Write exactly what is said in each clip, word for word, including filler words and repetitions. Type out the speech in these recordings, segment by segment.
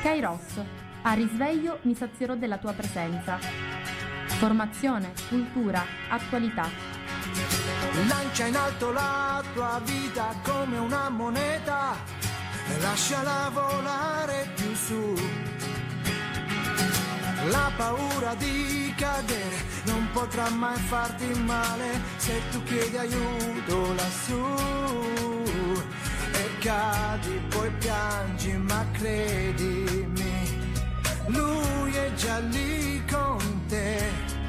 Kairos, a risveglio mi sazierò della tua presenza. Formazione, cultura, attualità. Lancia in alto la tua vita come una moneta e lasciala volare più su. La paura di cadere non potrà mai farti male se tu chiedi aiuto lassù. E cadi, poi piangi, ma credimi, lui è già lì con te.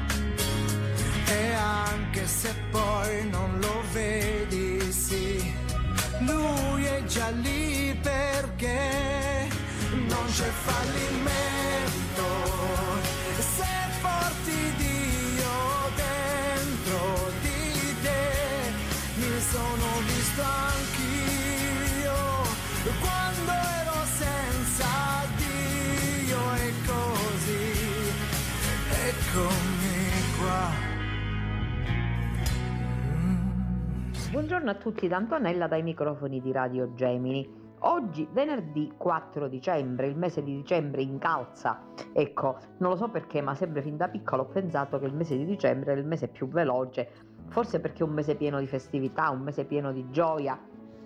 E anche se poi non lo vedi, sì, lui è già lì perché non c'è fallimento se porti Dio dentro di te. Mi sono visto anch'io quando ero senza Dio e così eccomi qua. Buongiorno a tutti da Antonella dai microfoni di Radio Gemini. Oggi venerdì quattro dicembre, il mese di dicembre incalza. Ecco, non lo so perché, ma sempre fin da piccola ho pensato che il mese di dicembre è il mese più veloce, forse perché è un mese pieno di festività, un mese pieno di gioia.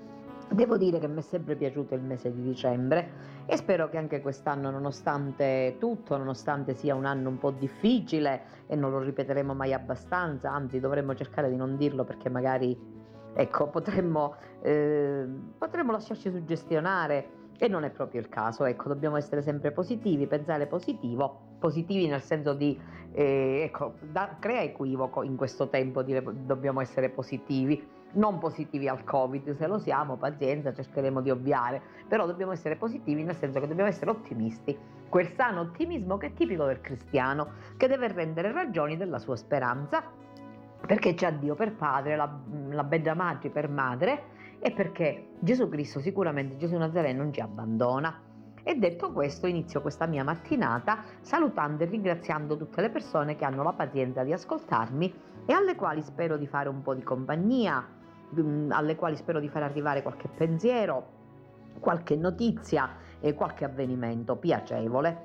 Devo dire che mi è sempre piaciuto il mese di dicembre e spero che anche quest'anno, nonostante tutto, nonostante sia un anno un po' difficile e non lo ripeteremo mai abbastanza, anzi dovremmo cercare di non dirlo perché magari ecco, potremmo, eh, potremmo lasciarci suggestionare e non è proprio il caso. Ecco, dobbiamo essere sempre positivi, pensare positivo, positivi nel senso di, eh, ecco, da, crea equivoco in questo tempo dire dobbiamo essere positivi, non positivi al Covid, se lo siamo, pazienza, cercheremo di ovviare, però dobbiamo essere positivi nel senso che dobbiamo essere ottimisti, quel sano ottimismo che è tipico del cristiano, che deve rendere ragioni della sua speranza, perché c'è Dio per padre, la, la Bella Maggi per madre e perché Gesù Cristo, sicuramente Gesù Nazareno, non ci abbandona. E detto questo, inizio questa mia mattinata salutando e ringraziando tutte le persone che hanno la pazienza di ascoltarmi e alle quali spero di fare un po' di compagnia, alle quali spero di far arrivare qualche pensiero, qualche notizia e qualche avvenimento piacevole.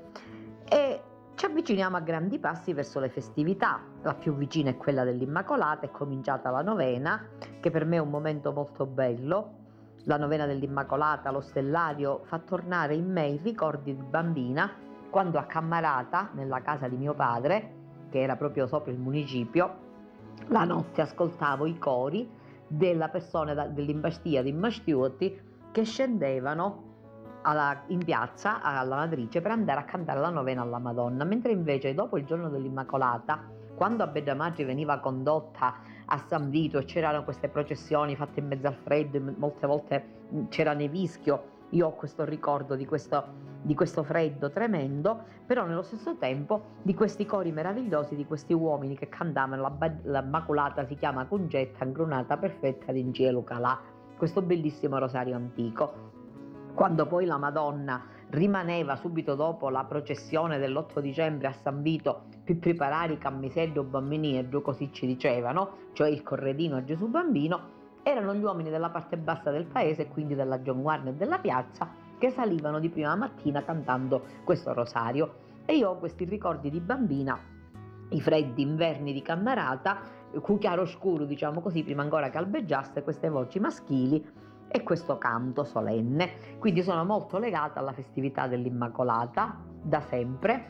E ci avviciniamo a grandi passi verso le festività. La più vicina è quella dell'Immacolata, è cominciata la novena, che per me è un momento molto bello. La novena dell'Immacolata, lo stellario, fa tornare in me i ricordi di bambina, quando accammarata nella casa di mio padre, che era proprio sopra il municipio, la notte ascoltavo i cori della persona dell'Imbastia di Immastiuti che scendevano Alla, in piazza alla Matrice per andare a cantare la novena alla Madonna, mentre invece dopo il giorno dell'Immacolata, quando a Bella Maggi veniva condotta a San Vito e c'erano queste processioni fatte in mezzo al freddo, molte volte c'era nevischio, io ho questo ricordo di questo, di questo freddo tremendo, però nello stesso tempo di questi cori meravigliosi, di questi uomini che cantavano la, la Immacolata si chiama Cungetta, ingronata perfetta di in cielo calà, questo bellissimo rosario antico. Quando poi la Madonna rimaneva subito dopo la processione dell'otto dicembre a San Vito per preparare i cammiselli o bambini e giù così ci dicevano, cioè il corredino a Gesù bambino, erano gli uomini della parte bassa del paese, quindi della John Warner e della piazza, che salivano di prima mattina cantando questo rosario. E io ho questi ricordi di bambina, i freddi inverni di Cammarata, cu chiaroscuro diciamo così, prima ancora che albeggiasse queste voci maschili e questo canto solenne, quindi sono molto legata alla festività dell'Immacolata da sempre.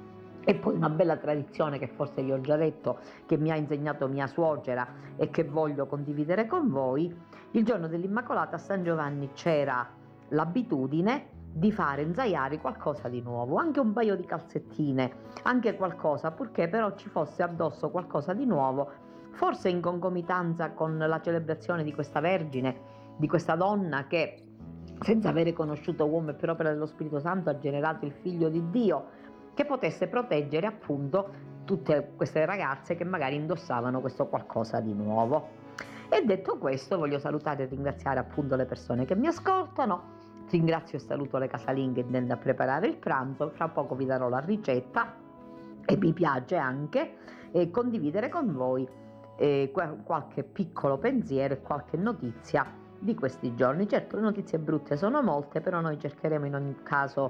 E poi una bella tradizione che forse vi ho già detto, che mi ha insegnato mia suocera e che voglio condividere con voi. Il giorno dell'Immacolata a San Giovanni c'era l'abitudine di fare enzaiare qualcosa di nuovo, anche un paio di calzettine, anche qualcosa, purché però ci fosse addosso qualcosa di nuovo, forse in concomitanza con la celebrazione di questa Vergine, di questa donna che, senza avere conosciuto uomo e per opera dello Spirito Santo, ha generato il Figlio di Dio, che potesse proteggere appunto tutte queste ragazze che magari indossavano questo qualcosa di nuovo. E detto questo, voglio salutare e ringraziare appunto le persone che mi ascoltano. Ringrazio e saluto le casalinghe che intendo a preparare il pranzo, fra poco vi darò la ricetta e mi piace anche eh, condividere con voi eh, qualche piccolo pensiero e qualche notizia di questi giorni. Certo, le notizie brutte sono molte, però noi cercheremo in ogni caso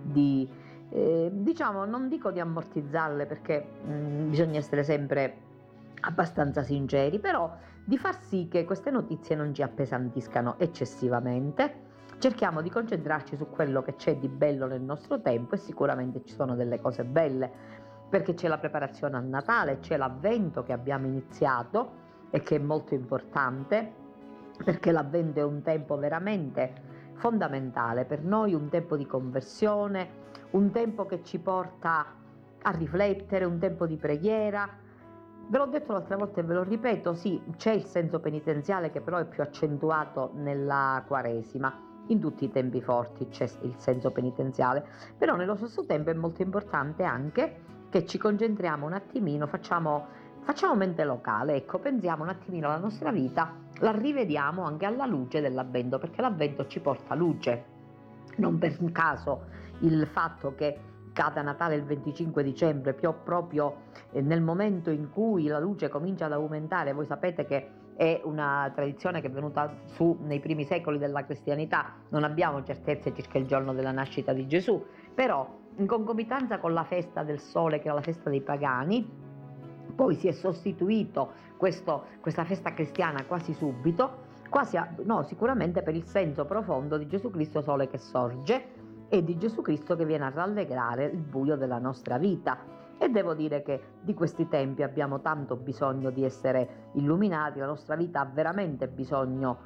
di, eh, diciamo, non dico di ammortizzarle perché mh, bisogna essere sempre abbastanza sinceri, però di far sì che queste notizie non ci appesantiscano eccessivamente. Cerchiamo di concentrarci su quello che c'è di bello nel nostro tempo e sicuramente ci sono delle cose belle, perché c'è la preparazione al Natale, c'è l'Avvento che abbiamo iniziato e che è molto importante, perché l'Avvento è un tempo veramente fondamentale per noi, un tempo di conversione, un tempo che ci porta a riflettere, un tempo di preghiera. Ve l'ho detto l'altra volta e ve lo ripeto, sì, c'è il senso penitenziale che però è più accentuato nella Quaresima. In tutti i tempi forti c'è il senso penitenziale, però nello stesso tempo è molto importante anche che ci concentriamo un attimino, facciamo, facciamo mente locale, ecco, pensiamo un attimino alla nostra vita, la rivediamo anche alla luce dell'Avvento, perché l'Avvento ci porta luce. Non per caso il fatto che cada Natale il venticinque dicembre, proprio nel momento in cui la luce comincia ad aumentare, voi sapete che è una tradizione che è venuta su nei primi secoli della cristianità, non abbiamo certezze circa il giorno della nascita di Gesù, però in concomitanza con la festa del sole, che era la festa dei pagani, poi si è sostituito questo, questa festa cristiana quasi subito, quasi a, no, sicuramente per il senso profondo di Gesù Cristo sole che sorge e di Gesù Cristo che viene a rallegrare il buio della nostra vita. E devo dire che di questi tempi abbiamo tanto bisogno di essere illuminati, la nostra vita ha veramente bisogno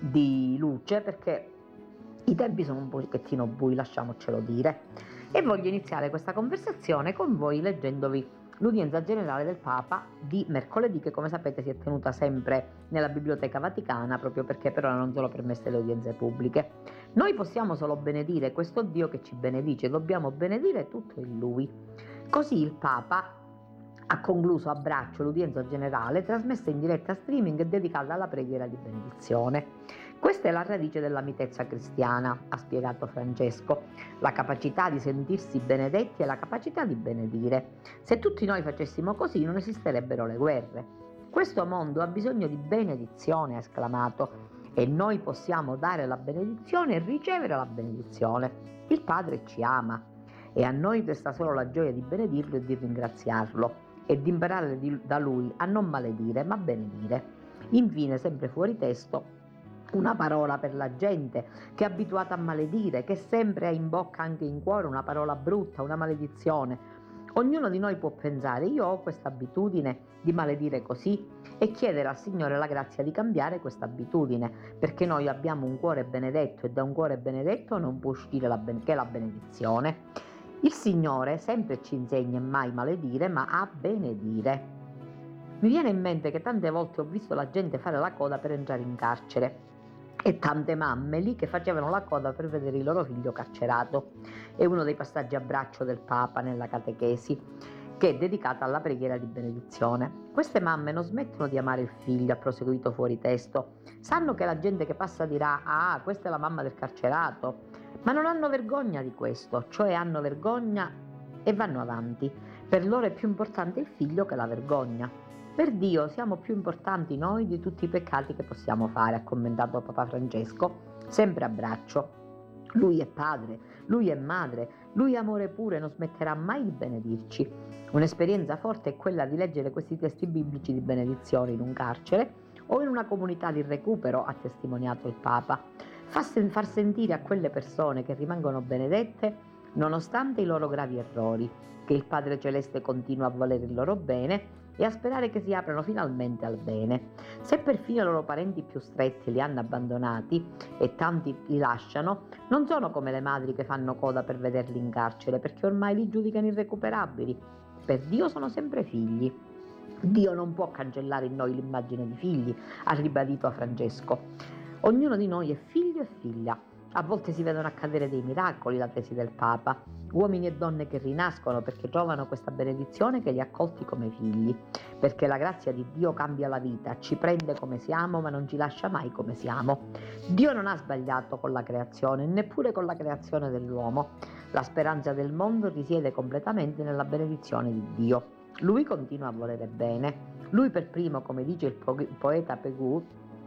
di luce, perché i tempi sono un pochettino bui, lasciamocelo dire. E voglio iniziare questa conversazione con voi leggendovi l'udienza generale del Papa di mercoledì, che come sapete si è tenuta sempre nella Biblioteca Vaticana, proprio perché per ora non sono permesse le udienze pubbliche. Noi possiamo solo benedire questo Dio che ci benedice, dobbiamo benedire tutto in Lui. Così il Papa ha concluso a braccio l'udienza generale, trasmessa in diretta streaming e dedicata alla preghiera di benedizione. Questa è la radice della mitezza cristiana, ha spiegato Francesco, la capacità di sentirsi benedetti e la capacità di benedire. Se tutti noi facessimo così non esisterebbero le guerre. Questo mondo ha bisogno di benedizione, ha esclamato, e noi possiamo dare la benedizione e ricevere la benedizione. Il Padre ci ama e a noi resta solo la gioia di benedirlo e di ringraziarlo e di imparare di, da Lui a non maledire ma benedire. Infine, sempre fuori testo, una parola per la gente che è abituata a maledire, che sempre ha in bocca, anche in cuore, una parola brutta, una maledizione. Ognuno di noi può pensare: io ho questa abitudine di maledire così, e chiedere al Signore la grazia di cambiare questa abitudine, perché noi abbiamo un cuore benedetto e da un cuore benedetto non può uscire la ben- che la benedizione. Il Signore sempre ci insegna a mai maledire, ma a benedire. Mi viene in mente che tante volte ho visto la gente fare la coda per entrare in carcere e tante mamme lì che facevano la coda per vedere il loro figlio carcerato. È uno dei passaggi a braccio del Papa nella catechesi, che è dedicata alla preghiera di benedizione. Queste mamme non smettono di amare il figlio, ha proseguito fuori testo. Sanno che la gente che passa dirà: ah, questa è la mamma del carcerato, ma non hanno vergogna di questo, cioè hanno vergogna e vanno avanti. Per loro è più importante il figlio che la vergogna. Per Dio siamo più importanti noi di tutti i peccati che possiamo fare, ha commentato Papa Francesco, sempre a braccio. Lui è padre, lui è madre, lui è amore puro e non smetterà mai di benedirci. Un'esperienza forte è quella di leggere questi testi biblici di benedizione in un carcere o in una comunità di recupero, ha testimoniato il Papa. Far sentire a quelle persone che rimangono benedette nonostante i loro gravi errori, che il Padre Celeste continua a volere il loro bene e a sperare che si aprano finalmente al bene. Se perfino i loro parenti più stretti li hanno abbandonati e tanti li lasciano, non sono come le madri che fanno coda per vederli in carcere, perché ormai li giudicano irrecuperabili. Per Dio sono sempre figli. Dio non può cancellare in noi l'immagine di figli, ha ribadito a Francesco. Ognuno di noi è figlio e figlia. A volte si vedono accadere dei miracoli, la tesi del Papa, uomini e donne che rinascono perché trovano questa benedizione che li ha accolti come figli, perché la grazia di Dio cambia la vita, ci prende come siamo ma non ci lascia mai come siamo. Dio non ha sbagliato con la creazione, neppure con la creazione dell'uomo. La speranza del mondo risiede completamente nella benedizione di Dio. Lui continua a volere bene. Lui per primo, come dice il, po- il poeta Pegù,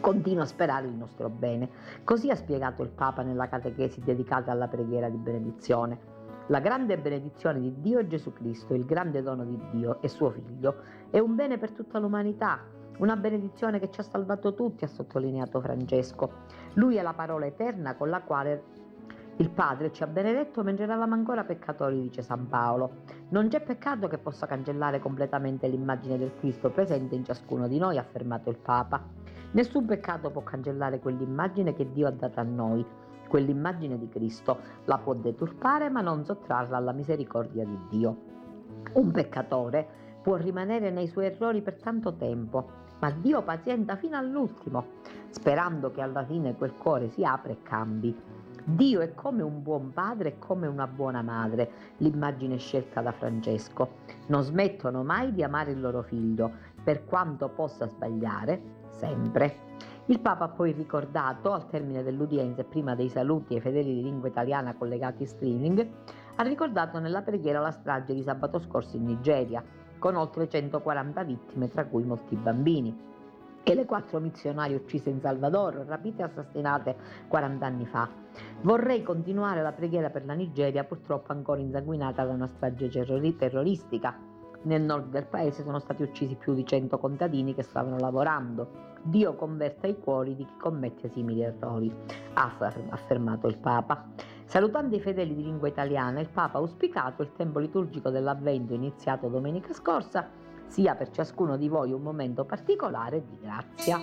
Continuo a sperare il nostro bene. Così ha spiegato il Papa nella catechesi dedicata alla preghiera di benedizione. La grande benedizione di Dio è Gesù Cristo, il grande dono di Dio è suo Figlio. È un bene per tutta l'umanità, una benedizione che ci ha salvato tutti, ha sottolineato Francesco. Lui è la parola eterna con la quale il Padre ci ha benedetto mentre eravamo ancora peccatori, dice San Paolo. Non c'è peccato che possa cancellare completamente l'immagine del Cristo presente in ciascuno di noi, ha affermato il Papa. Nessun peccato può cancellare quell'immagine che Dio ha dato a noi, quell'immagine di Cristo. La può deturpare ma non sottrarla alla misericordia di Dio. Un peccatore può rimanere nei suoi errori per tanto tempo, ma Dio pazienta fino all'ultimo, sperando che alla fine quel cuore si apra e cambi. Dio è come un buon padre e come una buona madre, l'immagine scelta da Francesco. Non smettono mai di amare il loro figlio, per quanto possa sbagliare, sempre. Il Papa ha poi ricordato, al termine dell'udienza e prima dei saluti ai fedeli di lingua italiana collegati in streaming, ha ricordato nella preghiera la strage di sabato scorso in Nigeria, con oltre centoquaranta vittime, tra cui molti bambini, e le quattro missionarie uccise in Salvador, rapite e assassinate quaranta anni fa. Vorrei continuare la preghiera per la Nigeria, purtroppo ancora insanguinata da una strage terroristica. Nel nord del paese sono stati uccisi più di cento contadini che stavano lavorando. Dio converta i cuori di chi commette simili errori, ha affermato il Papa. Salutando i fedeli di lingua italiana, il Papa ha auspicato il tempo liturgico dell'Avvento iniziato domenica scorsa sia per ciascuno di voi un momento particolare di grazia.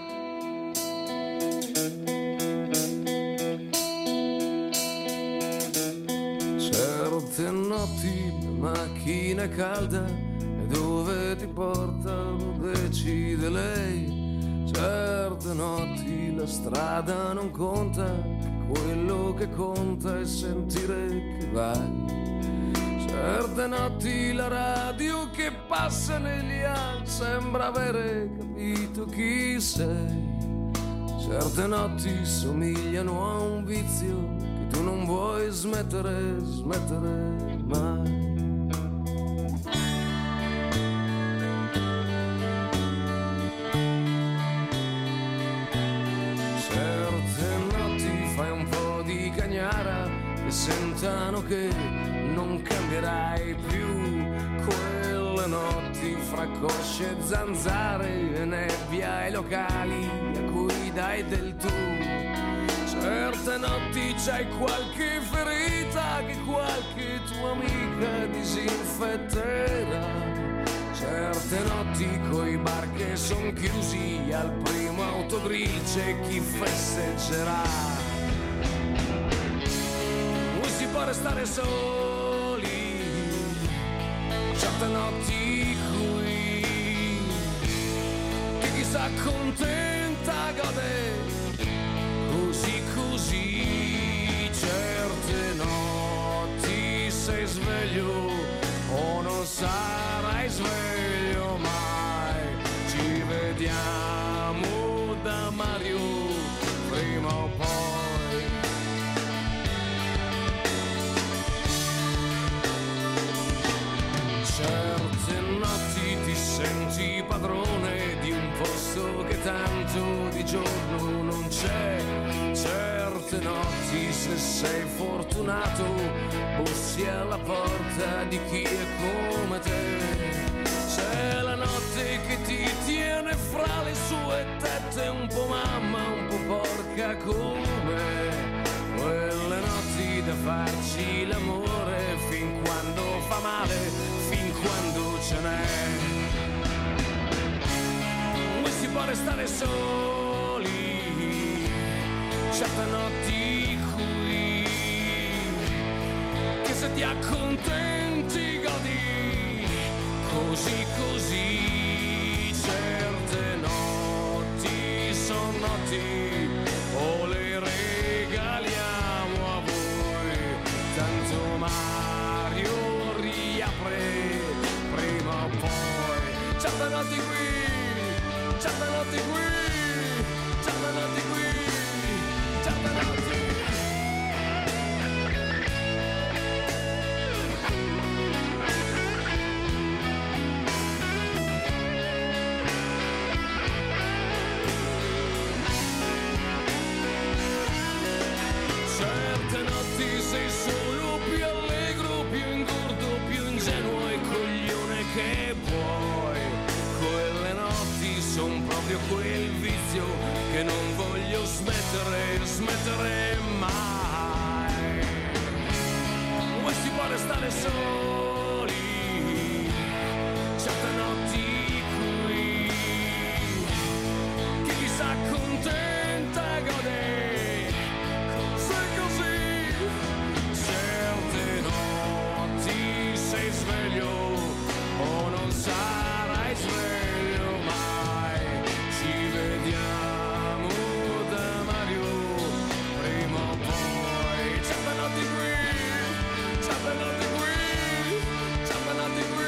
Certe notti la macchina è calda e dove ti portano decide lei. Certe notti la strada non conta, quello che conta è sentire che vai. Certe notti la radio che passa negli anni sembra avere capito chi sei. Certe notti somigliano a un vizio che tu non vuoi smettere, smettere mai. Certe notti fai un po' di cagnara e sentano che non cambierai più. Quelle notti fra cosce e zanzare e nebbia ai locali a cui dai del tu. Certe notti c'hai qualche ferita che qualche tua amica disinfetterà. Certe notti coi bar che son chiusi, al primo autogrill c'è chi festeggerà. Non si può restare soli, certe notti qui, che chi s'accontenta gode così così. Certe notti sei sveglio o non sarai sveglio mai. Ci vediamo da Mario prima o poi. Certe notti ti senti padrone di un posto che tanto di giorno non c'è. Certe notti, se sei fortunato, bussi alla porta di chi è come te. C'è la notte che ti tiene fra le sue tette, un po' mamma, un po' porca come. Quelle notti da farci l'amore fin quando fa male, fin quando ce n'è. Non si può restare soli, certe notti qui, che se ti accontenti godi così così. Certe notti son notti o le regaliamo a voi, tanto Mario riapre prima o poi. Certe notti qui, certe notti qui, certe notti qui, certe notti. male soli, certe notti qui, chi si accontenta gode, cose così, certe notti sei sveglio o non sarai sveglio mai, ci vediamo da Mario prima o poi, certe notti qui, certe notti qui, certe notti qui.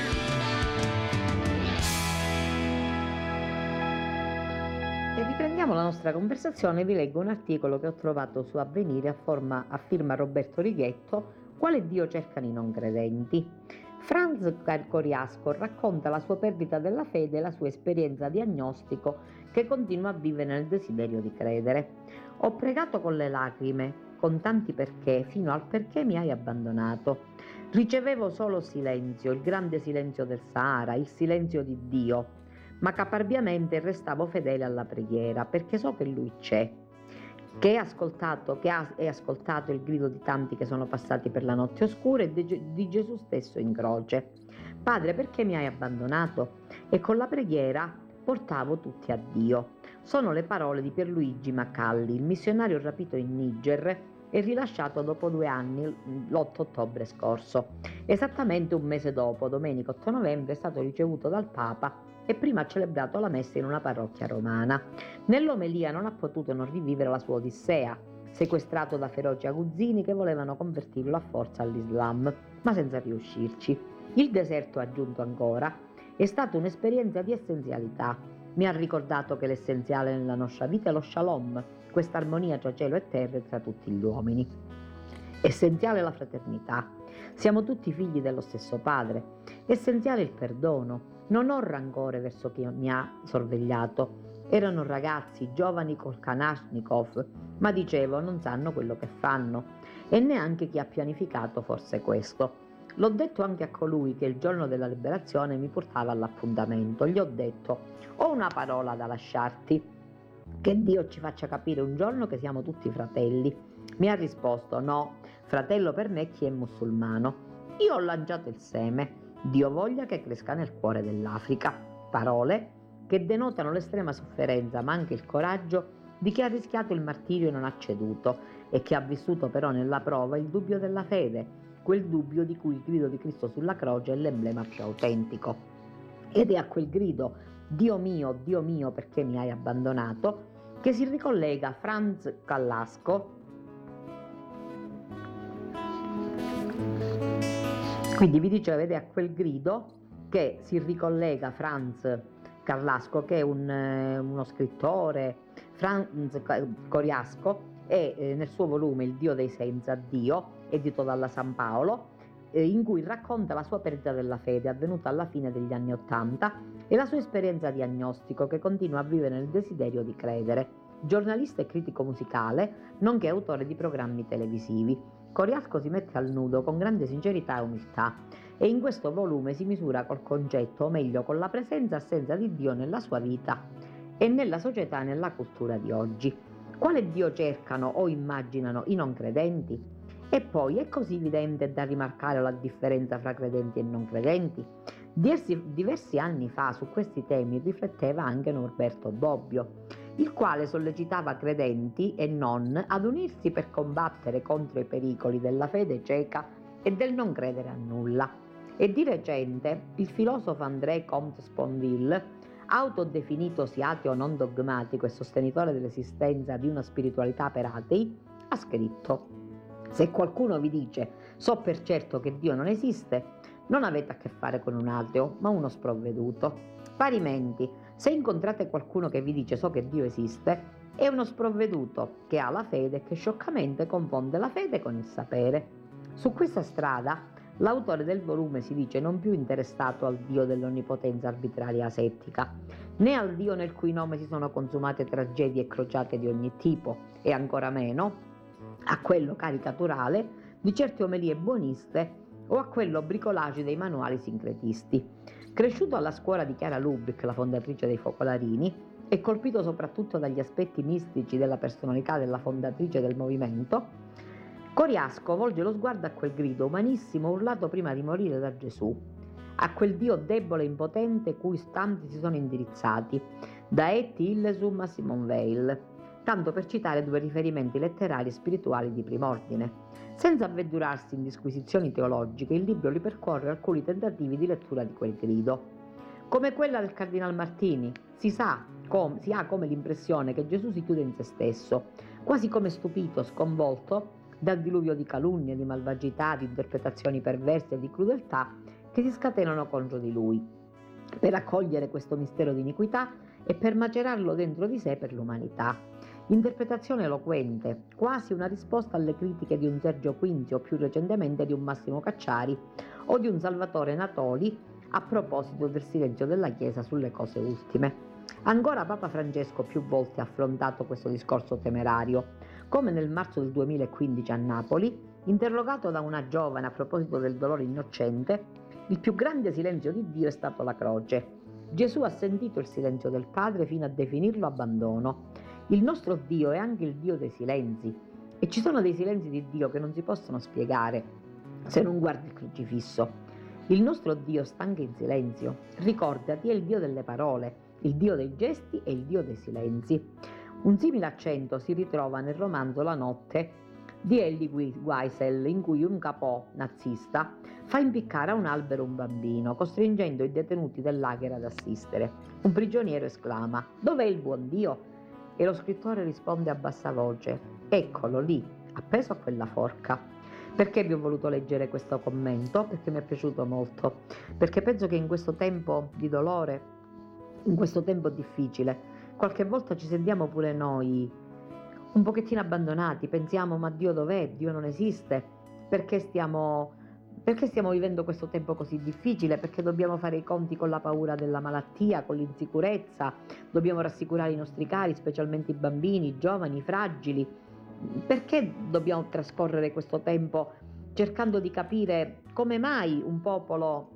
E riprendiamo la nostra conversazione, vi leggo un articolo che ho trovato su Avvenire a, forma, a firma Roberto Righetto, Quale Dio cercano i non credenti. Franz Coriasco racconta la sua perdita della fede e la sua esperienza di agnostico che continua a vivere nel desiderio di credere. Ho pregato con le lacrime, con tanti perché, fino al perché mi hai abbandonato. Ricevevo solo silenzio, il grande silenzio del Sahara, il silenzio di Dio, ma caparbiamente restavo fedele alla preghiera perché so che Lui c'è, che è ascoltato, che ha è ascoltato il grido di tanti che sono passati per la notte oscura e di, di Gesù stesso in croce. Padre, perché mi hai abbandonato? E con la preghiera portavo tutti a Dio. Sono le parole di Pierluigi Macalli, il missionario rapito in Niger e rilasciato dopo due anni, l'otto ottobre scorso. Esattamente un mese dopo, domenica otto novembre, è stato ricevuto dal Papa e prima ha celebrato la messa in una parrocchia romana. Nell'omelia non ha potuto non rivivere la sua odissea, sequestrato da feroci aguzzini che volevano convertirlo a forza all'Islam, ma senza riuscirci. Il deserto, ha aggiunto ancora, è stata un'esperienza di essenzialità. Mi ha ricordato che l'essenziale nella nostra vita è lo shalom, questa armonia tra cielo e terra e tra tutti gli uomini. Essenziale la fraternità. Siamo tutti figli dello stesso Padre. Essenziale il perdono. Non ho rancore verso chi mi ha sorvegliato. Erano ragazzi, giovani col Kalashnikov, ma dicevo, non sanno quello che fanno. E neanche chi ha pianificato forse questo. L'ho detto anche a colui che il giorno della liberazione mi portava all'appuntamento. Gli ho detto, ho una parola da lasciarti. Che Dio ci faccia capire un giorno che siamo tutti fratelli. Mi ha risposto, no, fratello per me chi è musulmano. Io ho lanciato il seme. Dio voglia che cresca nel cuore dell'Africa. Parole che denotano l'estrema sofferenza, ma anche il coraggio di chi ha rischiato il martirio e non ha ceduto, e che ha vissuto però nella prova il dubbio della fede, quel dubbio di cui il grido di Cristo sulla croce è l'emblema più autentico. Ed è a quel grido, Dio mio, Dio mio, perché mi hai abbandonato, che si ricollega Franz Callasco. Quindi vi dicevo, ed è a quel grido che si ricollega Franz Carlasco, che è un, uno scrittore, Franz Coriasco, e eh, nel suo volume Il Dio dei senza Dio, edito dalla San Paolo, eh, in cui racconta la sua perdita della fede avvenuta alla fine degli anni Ottanta e la sua esperienza di agnostico che continua a vivere nel desiderio di credere. Giornalista e critico musicale, nonché autore di programmi televisivi, Coriasco si mette al nudo con grande sincerità e umiltà e in questo volume si misura col concetto, o meglio con la presenza e assenza di Dio nella sua vita e nella società e nella cultura di oggi. Quale Dio cercano o immaginano i non credenti? E poi è così evidente da rimarcare la differenza fra credenti e non credenti. Diversi, diversi anni fa su questi temi rifletteva anche Norberto Bobbio, il quale sollecitava credenti e non ad unirsi per combattere contro i pericoli della fede cieca e del non credere a nulla. E di recente il filosofo André Comte-Sponville, autodefinitosi ateo non dogmatico e sostenitore dell'esistenza di una spiritualità per atei, ha scritto: se qualcuno vi dice so per certo che Dio non esiste, non avete a che fare con un ateo, ma uno sprovveduto. Parimenti, se incontrate qualcuno che vi dice so che Dio esiste, è uno sprovveduto che ha la fede e che scioccamente confonde la fede con il sapere. Su questa strada, l'autore del volume si dice non più interessato al Dio dell'onnipotenza arbitraria asettica, né al Dio nel cui nome si sono consumate tragedie e crociate di ogni tipo, e ancora meno a quello caricaturale di certe omelie buoniste o a quello bricolage dei manuali sincretisti. Cresciuto alla scuola di Chiara Lubich, la fondatrice dei Focolarini, e colpito soprattutto dagli aspetti mistici della personalità della fondatrice del movimento, Coriasco volge lo sguardo a quel grido umanissimo urlato prima di morire da Gesù, a quel Dio debole e impotente cui tanti si sono indirizzati, da Etty Hillesum a Simone Weil, tanto per citare due riferimenti letterari e spirituali di prim'ordine. Senza avventurarsi in disquisizioni teologiche, il libro ripercorre alcuni tentativi di lettura di quel grido. Come quella del Cardinal Martini, si sa, com, si ha come l'impressione che Gesù si chiude in se stesso, quasi come stupito, sconvolto dal diluvio di calunnie, di malvagità, di interpretazioni perverse e di crudeltà che si scatenano contro di lui, per accogliere questo mistero di iniquità e per macerarlo dentro di sé per l'umanità. Interpretazione eloquente, quasi una risposta alle critiche di un Sergio Quinzi o più recentemente di un Massimo Cacciari o di un Salvatore Natoli a proposito del silenzio della Chiesa sulle cose ultime. Ancora Papa Francesco più volte ha affrontato questo discorso temerario, come nel marzo del duemilaquindici a Napoli, interrogato da una giovane a proposito del dolore innocente: il più grande silenzio di Dio è stato la croce. Gesù ha sentito il silenzio del Padre fino a definirlo abbandono. Il nostro Dio è anche il Dio dei silenzi, e ci sono dei silenzi di Dio che non si possono spiegare se non guardi il crocifisso. Il nostro Dio sta anche in silenzio. Ricordati, è il Dio delle parole, il Dio dei gesti e il Dio dei silenzi. Un simile accento si ritrova nel romanzo La notte di Elie Wiesel, in cui un capò nazista fa impiccare a un albero un bambino, costringendo i detenuti del lager ad assistere. Un prigioniero esclama: "Dov'è il buon Dio?" E lo scrittore risponde a bassa voce: "Eccolo lì, appeso a quella forca." Perché vi ho voluto leggere questo commento? Perché mi è piaciuto molto, perché penso che in questo tempo di dolore, in questo tempo difficile, qualche volta ci sentiamo pure noi un pochettino abbandonati, pensiamo: ma Dio dov'è? Dio non esiste, perché stiamo, perché stiamo vivendo questo tempo così difficile, perché dobbiamo fare i conti con la paura della malattia, con l'insicurezza, dobbiamo rassicurare i nostri cari, specialmente i bambini, i giovani, i fragili. Perché dobbiamo trascorrere questo tempo cercando di capire come mai un popolo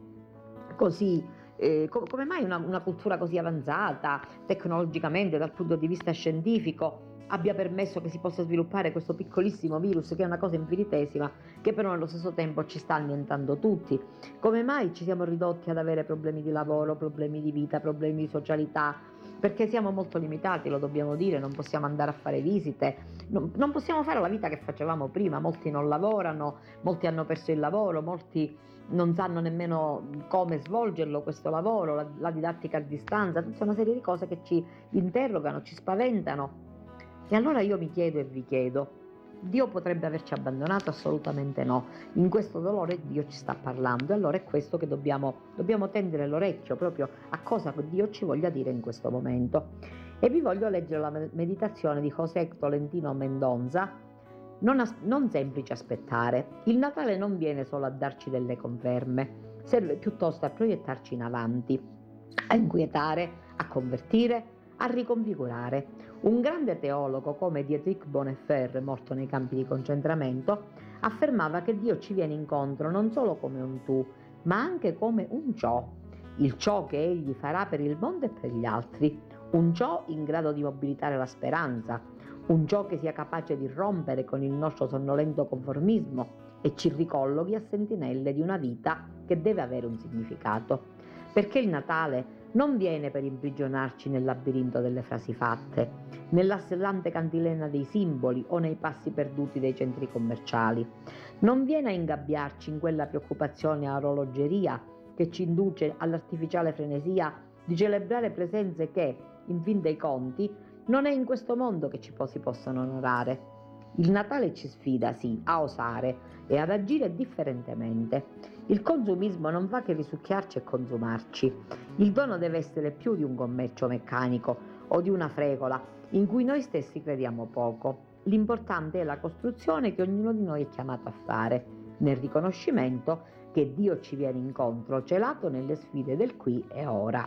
così, eh, co- come mai una, una cultura così avanzata tecnologicamente dal punto di vista scientifico abbia permesso che si possa sviluppare questo piccolissimo virus che è una cosa infinitesima, che però nello stesso tempo ci sta annientando tutti. Come mai ci siamo ridotti ad avere problemi di lavoro, problemi di vita, problemi di socialità? Perché siamo molto limitati, lo dobbiamo dire, non possiamo andare a fare visite, non, non possiamo fare la vita che facevamo prima, molti non lavorano, molti hanno perso il lavoro, molti non sanno nemmeno come svolgerlo questo lavoro, la, la didattica a distanza, tutta una serie di cose che ci interrogano, ci spaventano. E allora io mi chiedo e vi chiedo: Dio potrebbe averci abbandonato? Assolutamente no. In questo dolore Dio ci sta parlando, e allora è questo che dobbiamo, dobbiamo tendere l'orecchio proprio a cosa Dio ci voglia dire in questo momento. E vi voglio leggere la meditazione di José Tolentino Mendonza, non, as- non semplice aspettare. Il Natale non viene solo a darci delle conferme, serve piuttosto a proiettarci in avanti, a inquietare, a convertire, a riconfigurare. Un grande teologo come Dietrich Bonhoeffer, morto nei campi di concentramento, affermava che Dio ci viene incontro non solo come un tu, ma anche come un ciò, il ciò che Egli farà per il mondo e per gli altri, un ciò in grado di mobilitare la speranza, un ciò che sia capace di rompere con il nostro sonnolento conformismo e ci ricollochi a sentinelle di una vita che deve avere un significato. Perché il Natale non viene per imprigionarci nel labirinto delle frasi fatte, nell'assellante cantilena dei simboli o nei passi perduti dei centri commerciali. Non viene a ingabbiarci in quella preoccupazione a orologeria che ci induce all'artificiale frenesia di celebrare presenze che, in fin dei conti, non è in questo mondo che ci si possono onorare. Il Natale ci sfida, sì, a osare e ad agire differentemente. Il consumismo non fa che risucchiarci e consumarci. Il dono deve essere più di un commercio meccanico o di una fregola in cui noi stessi crediamo poco. L'importante è la costruzione che ognuno di noi è chiamato a fare, nel riconoscimento che Dio ci viene incontro, celato nelle sfide del qui e ora,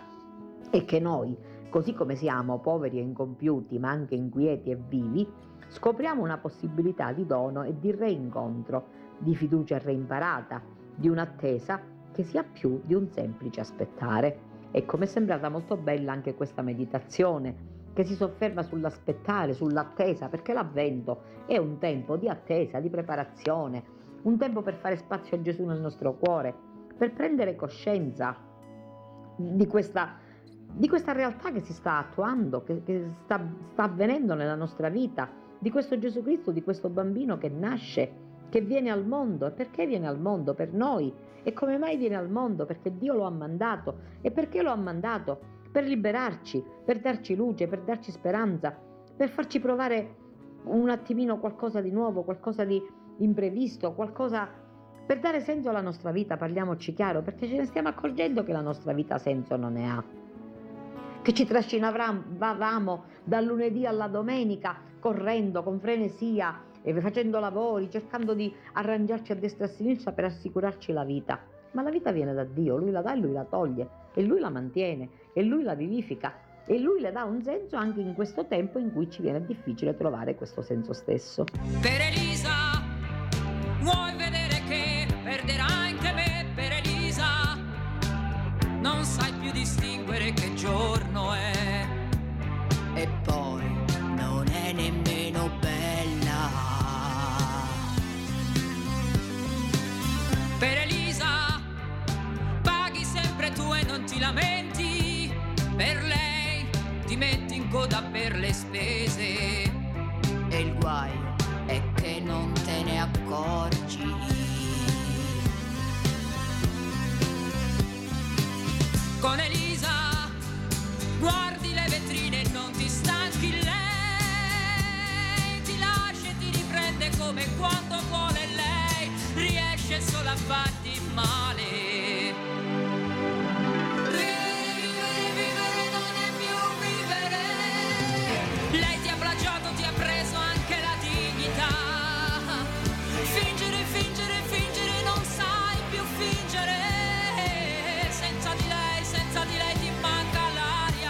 e che noi, così come siamo poveri e incompiuti, ma anche inquieti e vivi, scopriamo una possibilità di dono e di reincontro, di fiducia reimparata, di un'attesa che sia più di un semplice aspettare. E come è sembrata molto bella anche questa meditazione che si sofferma sull'aspettare, sull'attesa, perché l'Avvento è un tempo di attesa, di preparazione, un tempo per fare spazio a Gesù nel nostro cuore, per prendere coscienza di questa, di questa realtà che si sta attuando, che, che sta, sta avvenendo nella nostra vita, di questo Gesù Cristo, di questo bambino che nasce, che viene al mondo. E perché viene al mondo? Per noi. E come mai viene al mondo? Perché Dio lo ha mandato. E perché lo ha mandato? Per liberarci, per darci luce, per darci speranza, per farci provare un attimino qualcosa di nuovo, qualcosa di imprevisto, qualcosa per dare senso alla nostra vita. Parliamoci chiaro, perché ce ne stiamo accorgendo che la nostra vita senso non ne ha, che ci trascinavamo dal lunedì alla domenica correndo con frenesia e facendo lavori, cercando di arrangiarci a destra e a sinistra per assicurarci la vita. Ma la vita viene da Dio, Lui la dà e Lui la toglie, e Lui la mantiene, e Lui la vivifica, e Lui le dà un senso anche in questo tempo in cui ci viene difficile trovare questo senso stesso. Per Elisa, vuoi vedere che perderai anche me? Per Elisa, non sai più distinguere che giorno è, e poi non è nemmeno bella. Per Elisa, paghi sempre tu e non ti lamenti, per lei ti metti in coda per le spese, e il guaio è che non te ne accorgi. Con Elisa guardi le vetrine e non ti stanchi, lei ti lascia e ti riprende come quando vuole lei, riesce solo a farti male. Vivere, vivere non è più vivere. Lei ti ha plagiato, ti ha preso anche la dignità. Fingere, fingere, fingere, non sai più fingere. Senza di lei, senza di lei ti manca l'aria.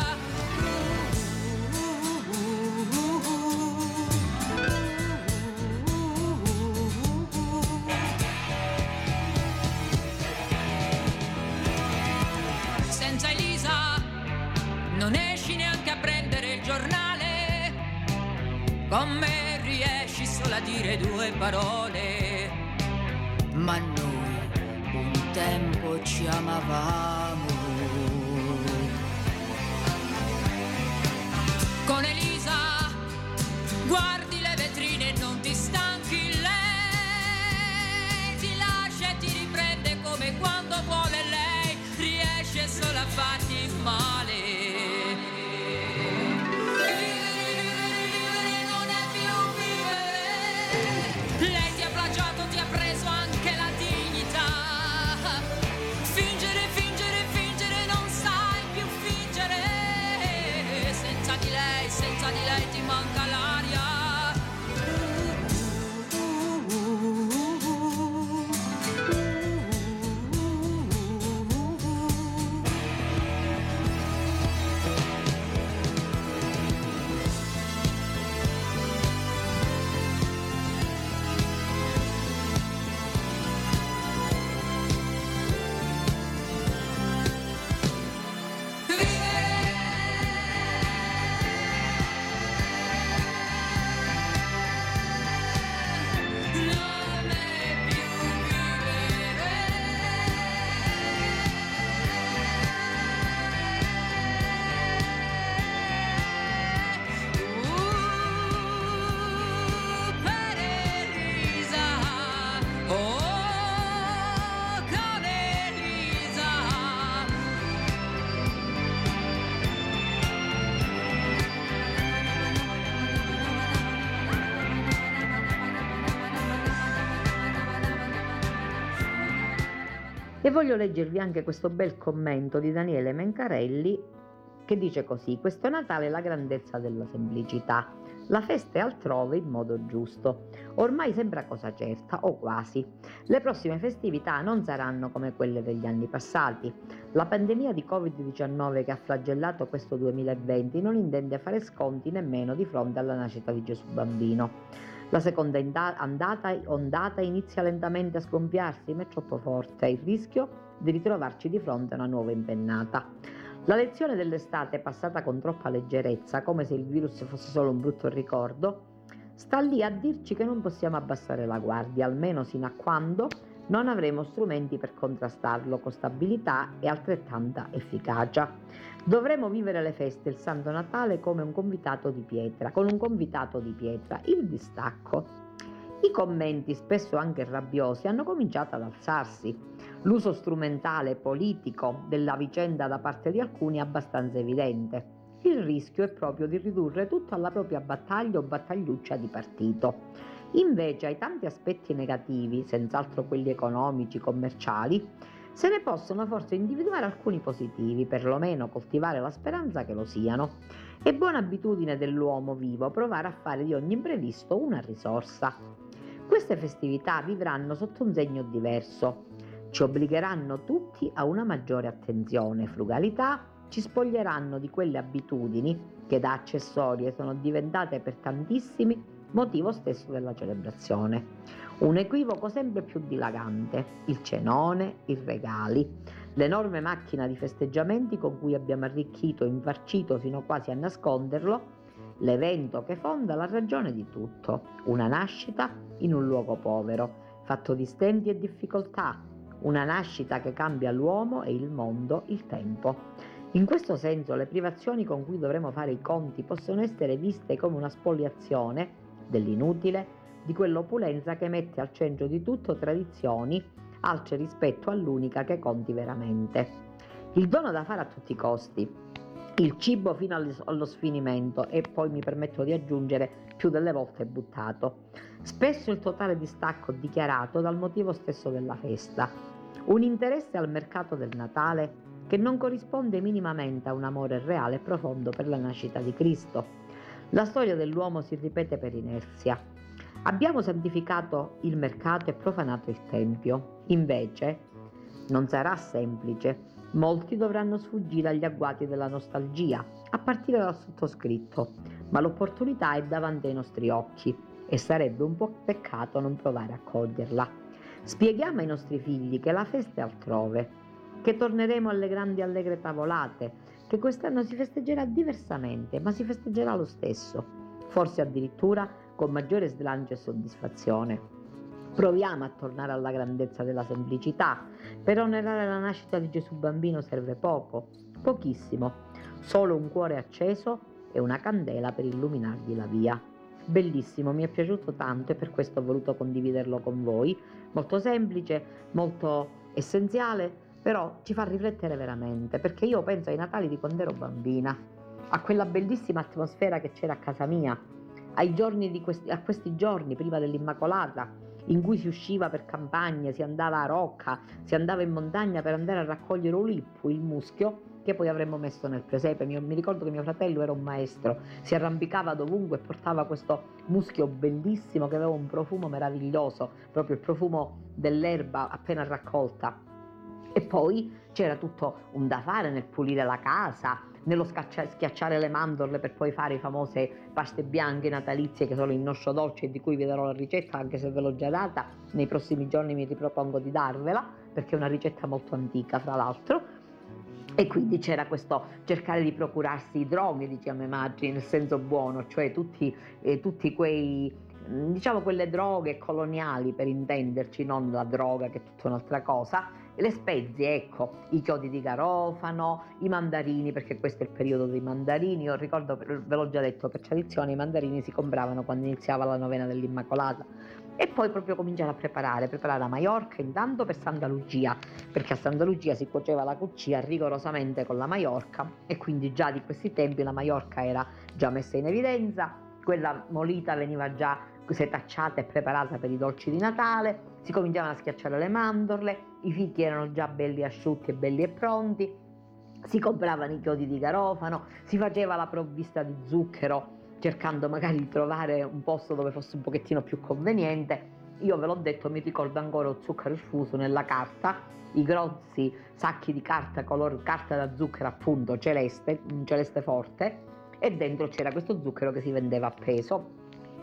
Senza Elisa non esci neanche a prendere il giornale, con me riesci solo a dire due parole, ma noi un tempo ci amavamo. Con Elisa guardi le vetrine e non ti stanchi, lei ti lascia e ti riprende come quando vuole lei, riesce solo a farti male. Vivere, vivere, vivere non è più vivere. Lei ti ha plagiato, ti ha preso anche la dignità. Fingere, fingere, fingere, non sai più fingere. Senza di lei, senza di lei ti manca l'aria. E voglio leggervi anche questo bel commento di Daniele Mencarelli che dice così: questo Natale è la grandezza della semplicità, la festa è altrove in modo giusto, ormai sembra cosa certa o quasi, le prossime festività non saranno come quelle degli anni passati, la pandemia di covid diciannove che ha flagellato questo duemilaventi non intende fare sconti nemmeno di fronte alla nascita di Gesù bambino. La seconda andata, ondata inizia lentamente a scompiarsi, ma è troppo forte, il rischio di ritrovarci di fronte a una nuova impennata. La lezione dell'estate passata con troppa leggerezza, come se il virus fosse solo un brutto ricordo, sta lì a dirci che non possiamo abbassare la guardia, almeno sino a quando non avremo strumenti per contrastarlo con stabilità e altrettanta efficacia. Dovremo vivere le feste, il Santo Natale, come un convitato di pietra, con un convitato di pietra, il distacco. I commenti, spesso anche rabbiosi, hanno cominciato ad alzarsi. L'uso strumentale e politico della vicenda da parte di alcuni è abbastanza evidente. Il rischio è proprio di ridurre tutto alla propria battaglia o battagliuccia di partito. Invece ai tanti aspetti negativi, senz'altro quelli economici, commerciali, se ne possono forse individuare alcuni positivi, perlomeno coltivare la speranza che lo siano. È buona abitudine dell'uomo vivo provare a fare di ogni imprevisto una risorsa. Queste festività vivranno sotto un segno diverso. Ci obbligheranno tutti a una maggiore attenzione e frugalità, ci spoglieranno di quelle abitudini che da accessorie sono diventate per tantissimi motivo stesso della celebrazione. Un equivoco sempre più dilagante, il cenone, i regali, l'enorme macchina di festeggiamenti con cui abbiamo arricchito e infarcito fino quasi a nasconderlo, l'evento che fonda la ragione di tutto, una nascita in un luogo povero, fatto di stenti e difficoltà, una nascita che cambia l'uomo e il mondo, il tempo. In questo senso le privazioni con cui dovremo fare i conti possono essere viste come una spoliazione dell'inutile, di quell'opulenza che mette al centro di tutto tradizioni altre rispetto all'unica che conti veramente. Il dono da fare a tutti i costi, il cibo fino allo sfinimento e poi mi permetto di aggiungere più delle volte buttato. Spesso il totale distacco dichiarato dal motivo stesso della festa. Un interesse al mercato del Natale che non corrisponde minimamente a un amore reale e profondo per la nascita di Cristo. La storia dell'uomo si ripete per inerzia. Abbiamo santificato il mercato e profanato il tempio. Invece non sarà semplice. Molti dovranno sfuggire agli agguati della nostalgia, a partire dal sottoscritto, ma l'opportunità è davanti ai nostri occhi e sarebbe un po' peccato non provare a coglierla. Spieghiamo ai nostri figli che la festa è altrove, che torneremo alle grandi allegre tavolate, che quest'anno si festeggerà diversamente, ma si festeggerà lo stesso, forse addirittura con maggiore slancio e soddisfazione. Proviamo a tornare alla grandezza della semplicità. Per onorare la nascita di Gesù bambino serve poco, pochissimo, solo un cuore acceso e una candela per illuminargli la via. Bellissimo, mi è piaciuto tanto e per questo ho voluto condividerlo con voi. Molto semplice, molto essenziale, però ci fa riflettere veramente, perché io penso ai Natali di quando ero bambina, a quella bellissima atmosfera che c'era a casa mia, ai giorni di questi, a questi giorni prima dell'Immacolata, in cui si usciva per campagne, si andava a Rocca, si andava in montagna per andare a raccogliere Ulippu, il muschio, che poi avremmo messo nel presepe. Mi, mi ricordo che mio fratello era un maestro, si arrampicava dovunque e portava questo muschio bellissimo che aveva un profumo meraviglioso, proprio il profumo dell'erba appena raccolta. E poi c'era tutto un da fare nel pulire la casa, nello scaccia- schiacciare le mandorle per poi fare le famose paste bianche natalizie che sono il nostro dolce e di cui vi darò la ricetta, anche se ve l'ho già data. Nei prossimi giorni mi ripropongo di darvela, perché è una ricetta molto antica fra l'altro. E quindi c'era questo cercare di procurarsi i droghi, diciamo i maggi, nel senso buono, cioè tutti, eh, tutti quei, diciamo quelle droghe coloniali per intenderci, non la droga che è tutta un'altra cosa. Le spezie, ecco, i chiodi di garofano, i mandarini, perché questo è il periodo dei mandarini. Io ricordo, ve l'ho già detto, per tradizione i mandarini si compravano quando iniziava la novena dell'Immacolata. E poi proprio cominciare a preparare, preparare la Maiorca intanto per Santa Lucia, perché a Santa Lucia si cuoceva la cuccia rigorosamente con la Maiorca e quindi già di questi tempi la Maiorca era già messa in evidenza, quella molita veniva già setacciata e preparata per i dolci di Natale, si cominciavano a schiacciare le mandorle, i fichi erano già belli asciutti e belli e pronti, si compravano i chiodi di garofano, si faceva la provvista di zucchero cercando magari di trovare un posto dove fosse un pochettino più conveniente. Io ve l'ho detto, mi ricordo ancora lo zucchero sfuso nella carta, i grossi sacchi di carta color carta da zucchero appunto celeste, un celeste forte, e dentro c'era questo zucchero che si vendeva a peso.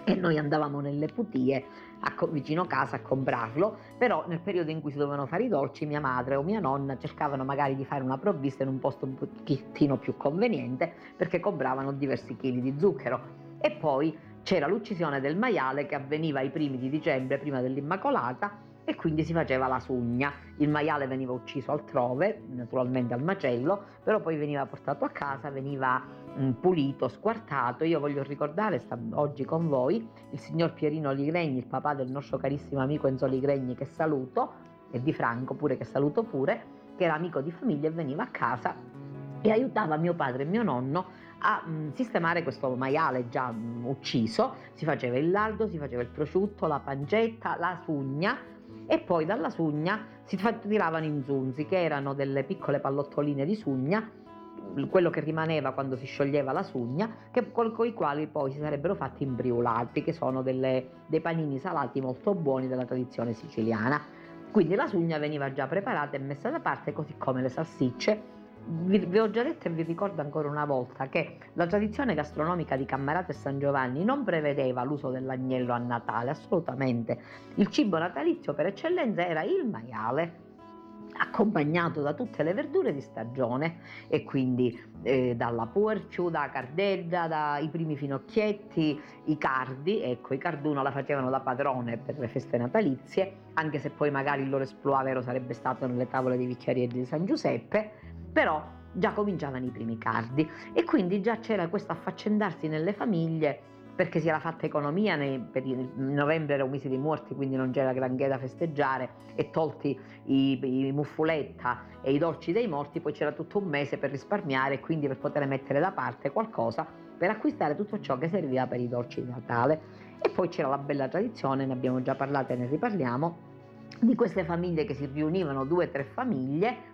e noi andavamo nelle putie a, vicino casa a comprarlo, però nel periodo in cui si dovevano fare i dolci mia madre o mia nonna cercavano magari di fare una provvista in un posto un pochettino più conveniente, perché compravano diversi chili di zucchero. E poi c'era l'uccisione del maiale che avveniva ai primi di dicembre, prima dell'Immacolata, e quindi si faceva la sugna. Il maiale veniva ucciso altrove, naturalmente al macello, però poi veniva portato a casa, veniva mh, pulito, squartato. Io voglio ricordare sta, oggi con voi il signor Pierino Ligregni, il papà del nostro carissimo amico Enzo Ligregni, che saluto, e di Franco pure, che saluto pure, che era amico di famiglia e veniva a casa e aiutava mio padre e mio nonno a mh, sistemare questo maiale già mh, ucciso. Si faceva il lardo, si faceva il prosciutto, la pancetta, la sugna, e poi dalla sugna si tiravano i zunzi, che erano delle piccole pallottoline di sugna, quello che rimaneva quando si scioglieva la sugna, che, con i quali poi si sarebbero fatti imbriulati, che sono delle, dei panini salati molto buoni della tradizione siciliana. Quindi la sugna veniva già preparata e messa da parte, così come le salsicce. Vi, vi ho già detto e vi ricordo ancora una volta che la tradizione gastronomica di Cammarata e San Giovanni non prevedeva l'uso dell'agnello a Natale, assolutamente. Il cibo natalizio per eccellenza era il maiale, accompagnato da tutte le verdure di stagione, e quindi eh, dalla puerciù, da cardeggia, dai primi finocchietti, i cardi. Ecco, i carduno la facevano da padrone per le feste natalizie, anche se poi magari il loro esploit vero sarebbe stato nelle tavole di Vicarieggi di San Giuseppe, però già cominciavano i primi cardi, e quindi già c'era questo affaccendarsi nelle famiglie, perché si era fatta economia. Nei, per il novembre era un mese di morti, quindi non c'era granché da festeggiare, e tolti i, i muffuletta e i dolci dei morti, poi c'era tutto un mese per risparmiare, e quindi per poter mettere da parte qualcosa per acquistare tutto ciò che serviva per i dolci di Natale. E poi c'era la bella tradizione, ne abbiamo già parlato e ne riparliamo, di queste famiglie che si riunivano, due o tre famiglie,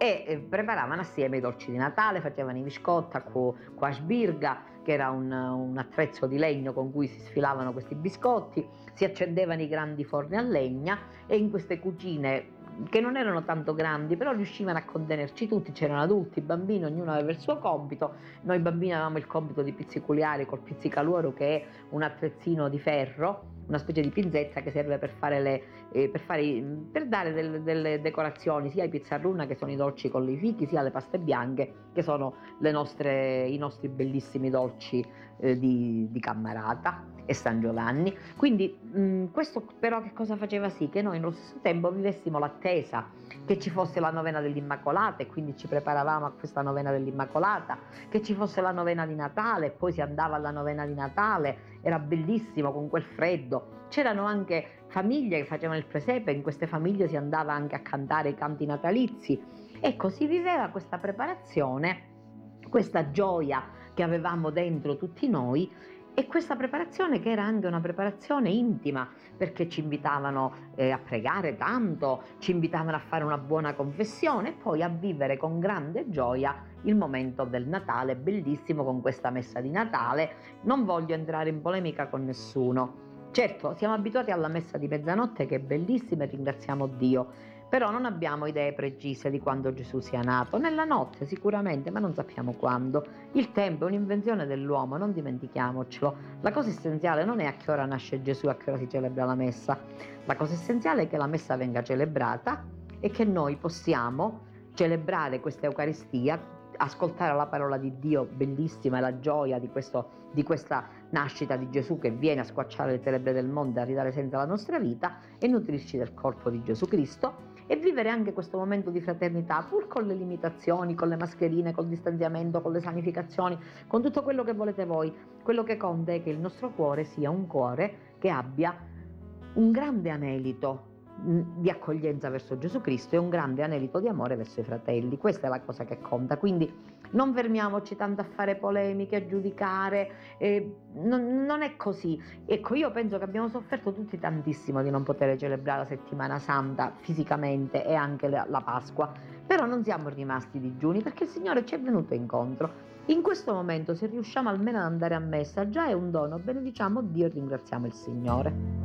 e preparavano assieme i dolci di Natale, facevano i biscotti con la sbirga, che era un, un attrezzo di legno con cui si sfilavano questi biscotti, si accendevano i grandi forni a legna, e in queste cucine, che non erano tanto grandi, però riuscivano a contenerci tutti, c'erano adulti, bambini, ognuno aveva il suo compito. Noi bambini avevamo il compito di pizziculiare col pizzicaluoro, che è un attrezzino di ferro, una specie di pinzetta che serve per fare, le, eh, per, fare per dare delle, delle decorazioni sia ai pizzarruna, che sono i dolci con i fichi, sia alle paste bianche, che sono le nostre, i nostri bellissimi dolci eh, di, di Cammarata e San Giovanni. Quindi mh, questo però che cosa faceva sì che noi nello stesso tempo vivessimo l'attesa che ci fosse la novena dell'Immacolata, e quindi ci preparavamo a questa novena dell'Immacolata, che ci fosse la novena di Natale, poi si andava alla novena di Natale, era bellissimo con quel freddo. C'erano anche famiglie che facevano il presepe, in queste famiglie si andava anche a cantare i canti natalizi. Ecco, si viveva questa preparazione, questa gioia che avevamo dentro tutti noi, e questa preparazione che era anche una preparazione intima, perché ci invitavano eh, a pregare tanto, ci invitavano a fare una buona confessione e poi a vivere con grande gioia il momento del Natale, bellissimo, con questa messa di Natale. Non voglio entrare in polemica con nessuno. Certo, siamo abituati alla messa di mezzanotte, che è bellissima, e ringraziamo Dio, però non abbiamo idee precise di quando Gesù sia nato. Nella notte sicuramente, ma non sappiamo quando. Il tempo è un'invenzione dell'uomo, non dimentichiamocelo. La cosa essenziale non è a che ora nasce Gesù, a che ora si celebra la messa. La cosa essenziale è che la messa venga celebrata e che noi possiamo celebrare questa Eucaristia, ascoltare la parola di Dio bellissima, e la gioia di, questo, di questa nascita di Gesù, che viene a squarciare le tenebre del mondo e a ridare senso alla nostra vita, e nutrirci del corpo di Gesù Cristo, e vivere anche questo momento di fraternità, pur con le limitazioni, con le mascherine, col distanziamento, con le sanificazioni, con tutto quello che volete voi. Quello che conta è che il nostro cuore sia un cuore che abbia un grande anelito di accoglienza verso Gesù Cristo e un grande anelito di amore verso i fratelli. Questa è la cosa che conta. Quindi non fermiamoci tanto a fare polemiche, a giudicare, eh, non, non è così. Ecco, io penso che abbiamo sofferto tutti tantissimo di non poter celebrare la settimana santa fisicamente, e anche la, la Pasqua, però non siamo rimasti digiuni, perché il Signore ci è venuto incontro. In questo momento, se riusciamo almeno ad andare a messa, già è un dono. Benediciamo Dio e ringraziamo il Signore.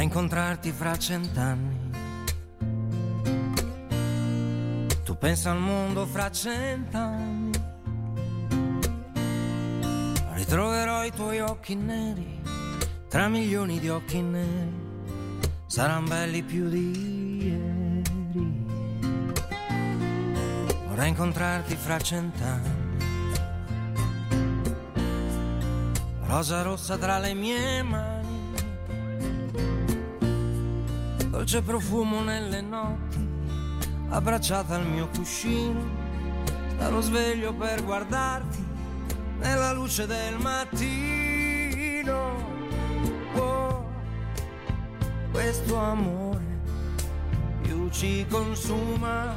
Vorrei incontrarti fra cent'anni. Tu pensa al mondo fra cent'anni. Ritroverò i tuoi occhi neri tra milioni di occhi neri. Saranno belli più di ieri. Vorrei incontrarti fra cent'anni. Rosa rossa tra le mie mani, dolce profumo nelle notti, abbracciata al mio cuscino. Starò sveglio per guardarti nella luce del mattino. Oh, questo amore più ci consuma,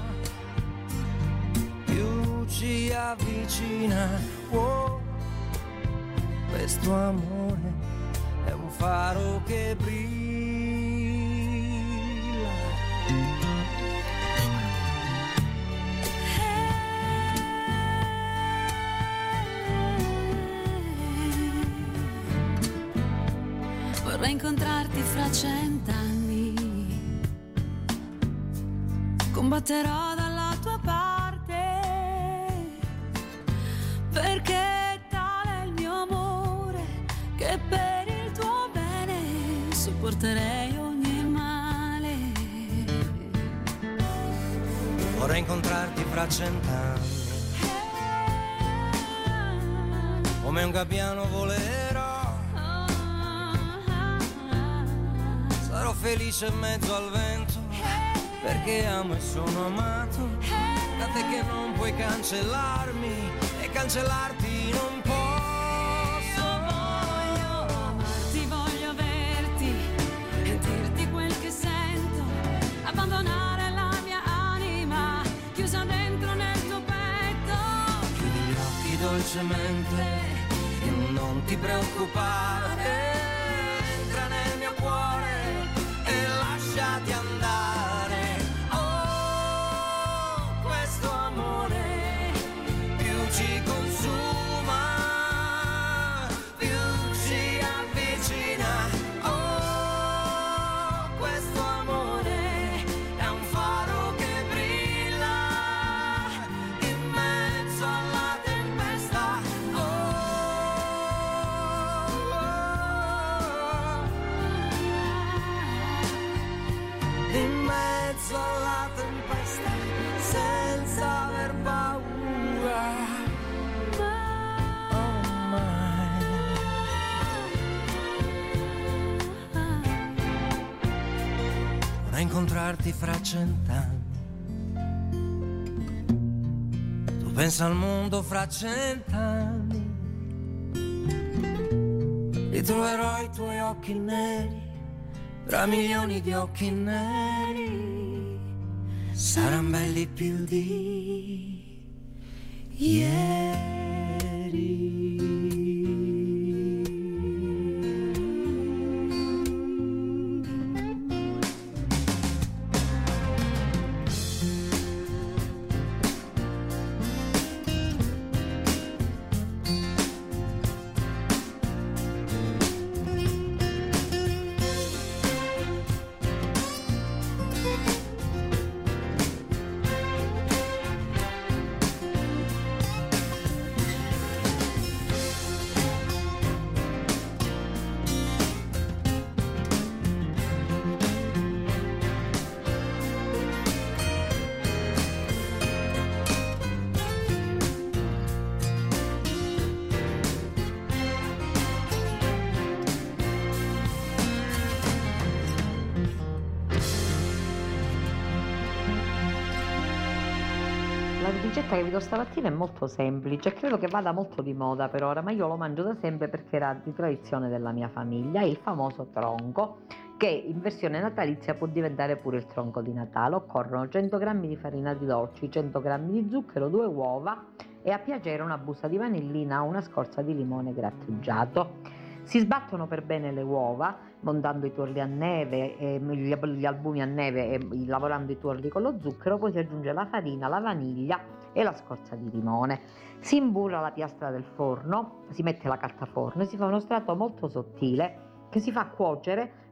più ci avvicina. Oh, questo amore è un faro che brilla. Vorrei incontrarti fra cent'anni. Combatterò dalla tua parte, perché tale è il mio amore che per il tuo bene sopporterei ogni male. Vorrei incontrarti fra cent'anni. Come un gabbiano volerò. Sarò felice in mezzo al vento, perché amo e sono amato da te che non puoi cancellarmi e cancellarti non posso. Voglio amarti, voglio averti e dirti quel che sento, abbandonare la mia anima chiusa dentro nel tuo petto. Chiudi gli occhi dolcemente e non ti preoccupare, entra nel mio cuore e lasciati andare. Oh, questo amore più ci consuma, più ci avvicina. Oh, questo amore è un faro che brilla in mezzo alla tempesta. Oh, in mezzo alla tempesta, senza aver paura. Oh my. Vorrei incontrarti fra cent'anni. Tu pensa al mondo fra cent'anni. Ritroverò i tuoi occhi neri tra milioni di occhi neri. Saranno belli più di ieri. La ricetta che vi do stamattina è molto semplice, credo che vada molto di moda per ora, ma io lo mangio da sempre perché era di tradizione della mia famiglia, è il famoso tronco, che in versione natalizia può diventare pure il tronco di Natale. Occorrono cento grammi di farina di dolci, cento grammi di zucchero, due uova e a piacere una busta di vanillina o una scorza di limone grattugiato. Si sbattono per bene le uova, montando i tuorli a neve, eh, gli albumi a neve e lavorando i tuorli con lo zucchero, poi si aggiunge la farina, la vaniglia e la scorza di limone. Si imburra la piastra del forno, si mette la carta forno e si fa uno strato molto sottile che si fa cuocere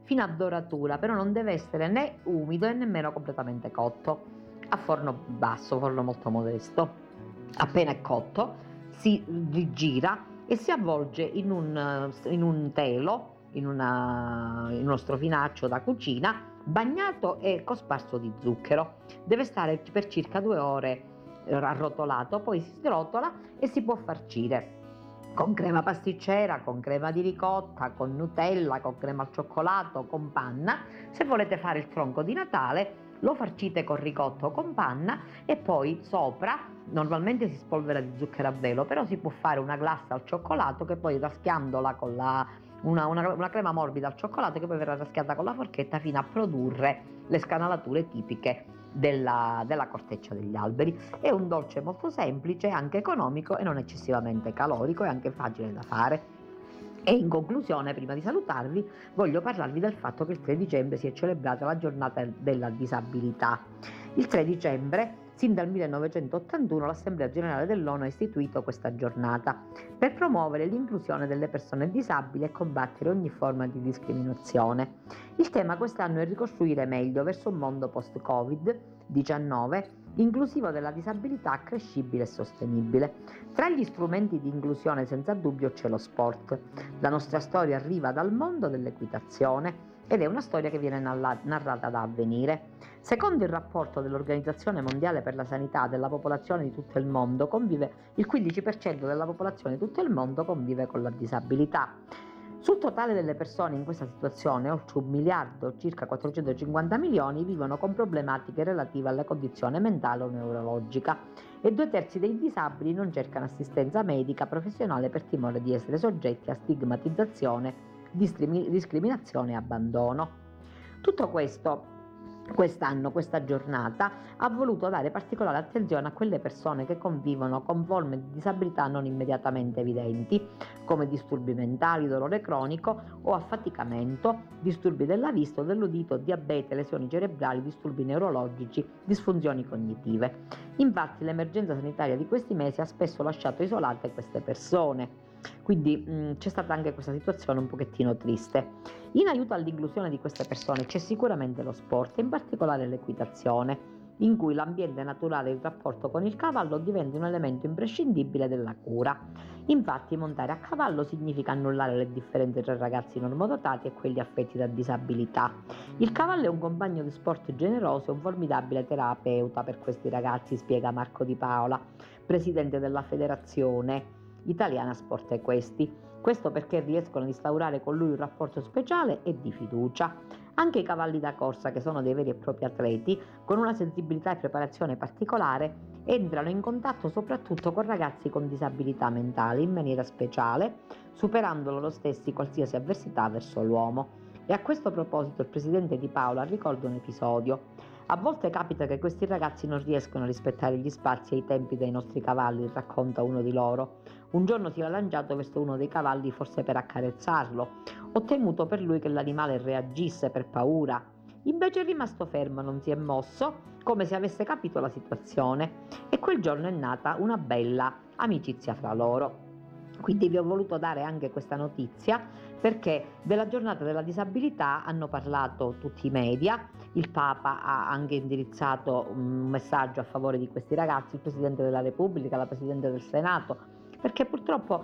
fino a doratura, però non deve essere né umido e nemmeno completamente cotto. A forno basso, forno molto modesto. Appena è cotto si rigira e si avvolge in un, in un telo, in, una, in uno strofinaccio da cucina, bagnato e cosparso di zucchero. Deve stare per circa due ore arrotolato, poi si srotola e si può farcire con crema pasticcera, con crema di ricotta, con Nutella, con crema al cioccolato, con panna. Se volete fare il tronco di Natale lo farcite con ricotta o con panna e poi sopra normalmente si spolvera di zucchero a velo, però si può fare una glassa al cioccolato che poi raschiandola con la Una, una, una crema morbida al cioccolato che poi verrà raschiata con la forchetta fino a produrre le scanalature tipiche della, della corteccia degli alberi. È un dolce molto semplice, anche economico e non eccessivamente calorico, e anche facile da fare. E in conclusione, prima di salutarvi, voglio parlarvi del fatto che il tre dicembre si è celebrata la giornata della disabilità. Il tre dicembre, sin dal millenovecentottantuno, l'Assemblea Generale dell'ONU ha istituito questa giornata per promuovere l'inclusione delle persone disabili e combattere ogni forma di discriminazione. Il tema quest'anno è ricostruire meglio verso un mondo post-Covid diciannove, inclusivo della disabilità, accrescibile e sostenibile. Tra gli strumenti di inclusione senza dubbio c'è lo sport. La nostra storia arriva dal mondo dell'equitazione ed è una storia che viene narrata da Avvenire. Secondo il rapporto dell'Organizzazione Mondiale per la Sanità, della popolazione di tutto il mondo convive, il quindici per cento della popolazione di tutto il mondo convive con la disabilità. Sul totale delle persone in questa situazione, oltre un miliardo, circa quattrocentocinquanta milioni, vivono con problematiche relative alla condizione mentale o neurologica e due terzi dei disabili non cercano assistenza medica professionale per timore di essere soggetti a stigmatizzazione, discriminazione e abbandono. Tutto questo quest'anno, questa giornata, ha voluto dare particolare attenzione a quelle persone che convivono con forme di disabilità non immediatamente evidenti, come disturbi mentali, dolore cronico o affaticamento, disturbi della vista o dell'udito, diabete, lesioni cerebrali, disturbi neurologici, disfunzioni cognitive. Infatti l'emergenza sanitaria di questi mesi ha spesso lasciato isolate queste persone. Quindi mh, c'è stata anche questa situazione un pochettino triste. In aiuto all'inclusione di queste persone c'è sicuramente lo sport, in particolare l'equitazione, in cui l'ambiente naturale e il rapporto con il cavallo diventa un elemento imprescindibile della cura. Infatti montare a cavallo significa annullare le differenze tra ragazzi normodotati e quelli affetti da disabilità. Il cavallo è un compagno di sport generoso e un formidabile terapeuta per questi ragazzi, spiega Marco Di Paola, presidente della Federazione Italiana Sport Equesti. Questo perché riescono ad instaurare con lui un rapporto speciale e di fiducia. Anche i cavalli da corsa, che sono dei veri e propri atleti, con una sensibilità e preparazione particolare, entrano in contatto soprattutto con ragazzi con disabilità mentali in maniera speciale, superando loro stessi qualsiasi avversità verso l'uomo. E a questo proposito il presidente Di Paola ricorda un episodio. A volte capita che questi ragazzi non riescono a rispettare gli spazi e i tempi dei nostri cavalli, racconta uno di loro. Un giorno si era lanciato verso uno dei cavalli, forse per accarezzarlo. Ho temuto per lui che l'animale reagisse per paura. Invece è rimasto fermo, non si è mosso, come se avesse capito la situazione. E quel giorno è nata una bella amicizia fra loro. Quindi vi ho voluto dare anche questa notizia perché della giornata della disabilità hanno parlato tutti i media, il Papa ha anche indirizzato un messaggio a favore di questi ragazzi, il Presidente della Repubblica, la Presidente del Senato, perché purtroppo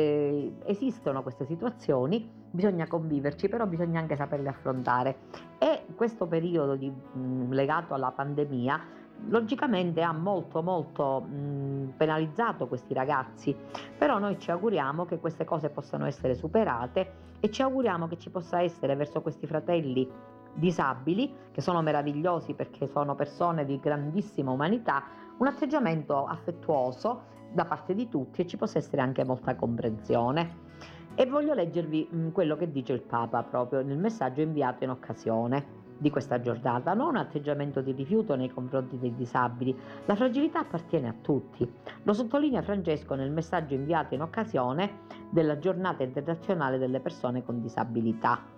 eh, esistono queste situazioni, bisogna conviverci, però bisogna anche saperle affrontare. E questo periodo di, mh, legato alla pandemia logicamente ha molto molto mh, penalizzato questi ragazzi, però noi ci auguriamo che queste cose possano essere superate e ci auguriamo che ci possa essere verso questi fratelli disabili, che sono meravigliosi perché sono persone di grandissima umanità, un atteggiamento affettuoso da parte di tutti e ci possa essere anche molta comprensione. E voglio leggervi mh, quello che dice il Papa proprio nel messaggio inviato in occasione di questa giornata. Non un atteggiamento di rifiuto nei confronti dei disabili, la fragilità appartiene a tutti. Lo sottolinea Francesco nel messaggio inviato in occasione della giornata internazionale delle persone con disabilità.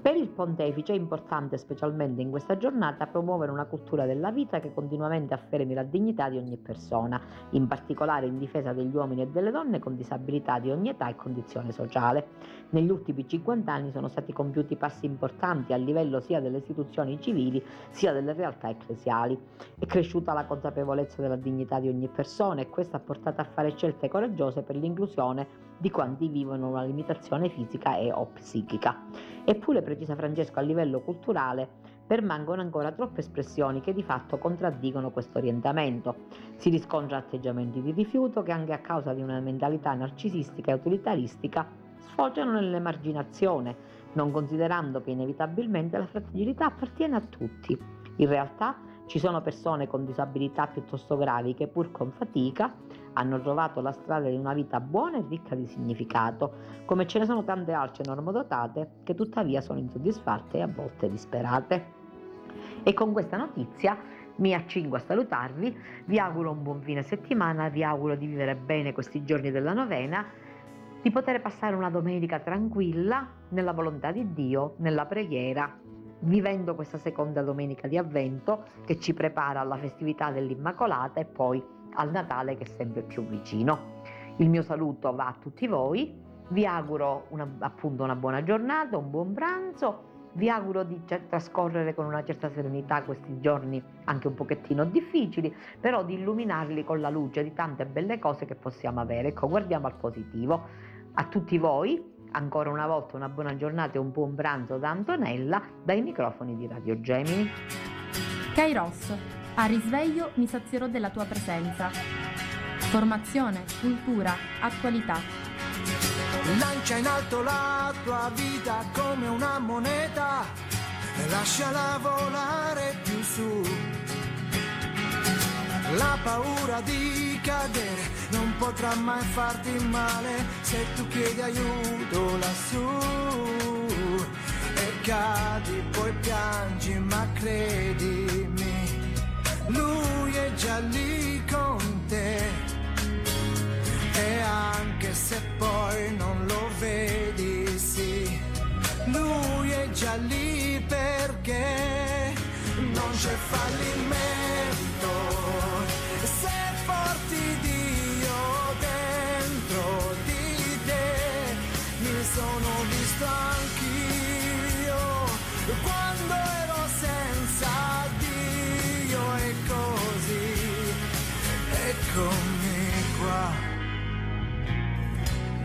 Per il pontefice è importante, specialmente in questa giornata, promuovere una cultura della vita che continuamente affermi la dignità di ogni persona, in particolare in difesa degli uomini e delle donne con disabilità di ogni età e condizione sociale. Negli ultimi cinquanta anni sono stati compiuti passi importanti a livello sia delle istituzioni civili sia delle realtà ecclesiali. È cresciuta la consapevolezza della dignità di ogni persona e questo ha portato a fare scelte coraggiose per l'inclusione di quanti vivono una limitazione fisica e o psichica. Eppure, precisa Francesco, a livello culturale permangono ancora troppe espressioni che di fatto contraddicono questo orientamento. Si riscontrano atteggiamenti di rifiuto che, anche a causa di una mentalità narcisistica e utilitaristica, sfociano nell'emarginazione, non considerando che inevitabilmente la fragilità appartiene a tutti. In realtà ci sono persone con disabilità piuttosto gravi che, pur con fatica, hanno trovato la strada di una vita buona e ricca di significato, come ce ne sono tante altre normodotate che tuttavia sono insoddisfatte e a volte disperate. E con questa notizia mi accingo a salutarvi, vi auguro un buon fine settimana, vi auguro di vivere bene questi giorni della novena, di poter passare una domenica tranquilla nella volontà di Dio, nella preghiera, vivendo questa seconda domenica di Avvento che ci prepara alla festività dell'Immacolata e poi al Natale che è sempre più vicino. Il mio saluto va a tutti voi, vi auguro una, appunto una buona giornata, un buon pranzo, vi auguro di trascorrere con una certa serenità questi giorni anche un pochettino difficili, però di illuminarli con la luce di tante belle cose che possiamo avere. Ecco, guardiamo al positivo. A tutti voi ancora una volta una buona giornata e un buon pranzo da Antonella dai microfoni di Radio Gemini. Kairos, a risveglio mi sazierò della tua presenza. Formazione, cultura, attualità. Lancia in alto la tua vita come una moneta e lasciala volare più su. La paura di cadere non potrà mai farti male se tu chiedi aiuto lassù. E cadi, poi piangi, ma credimi, lui è già lì.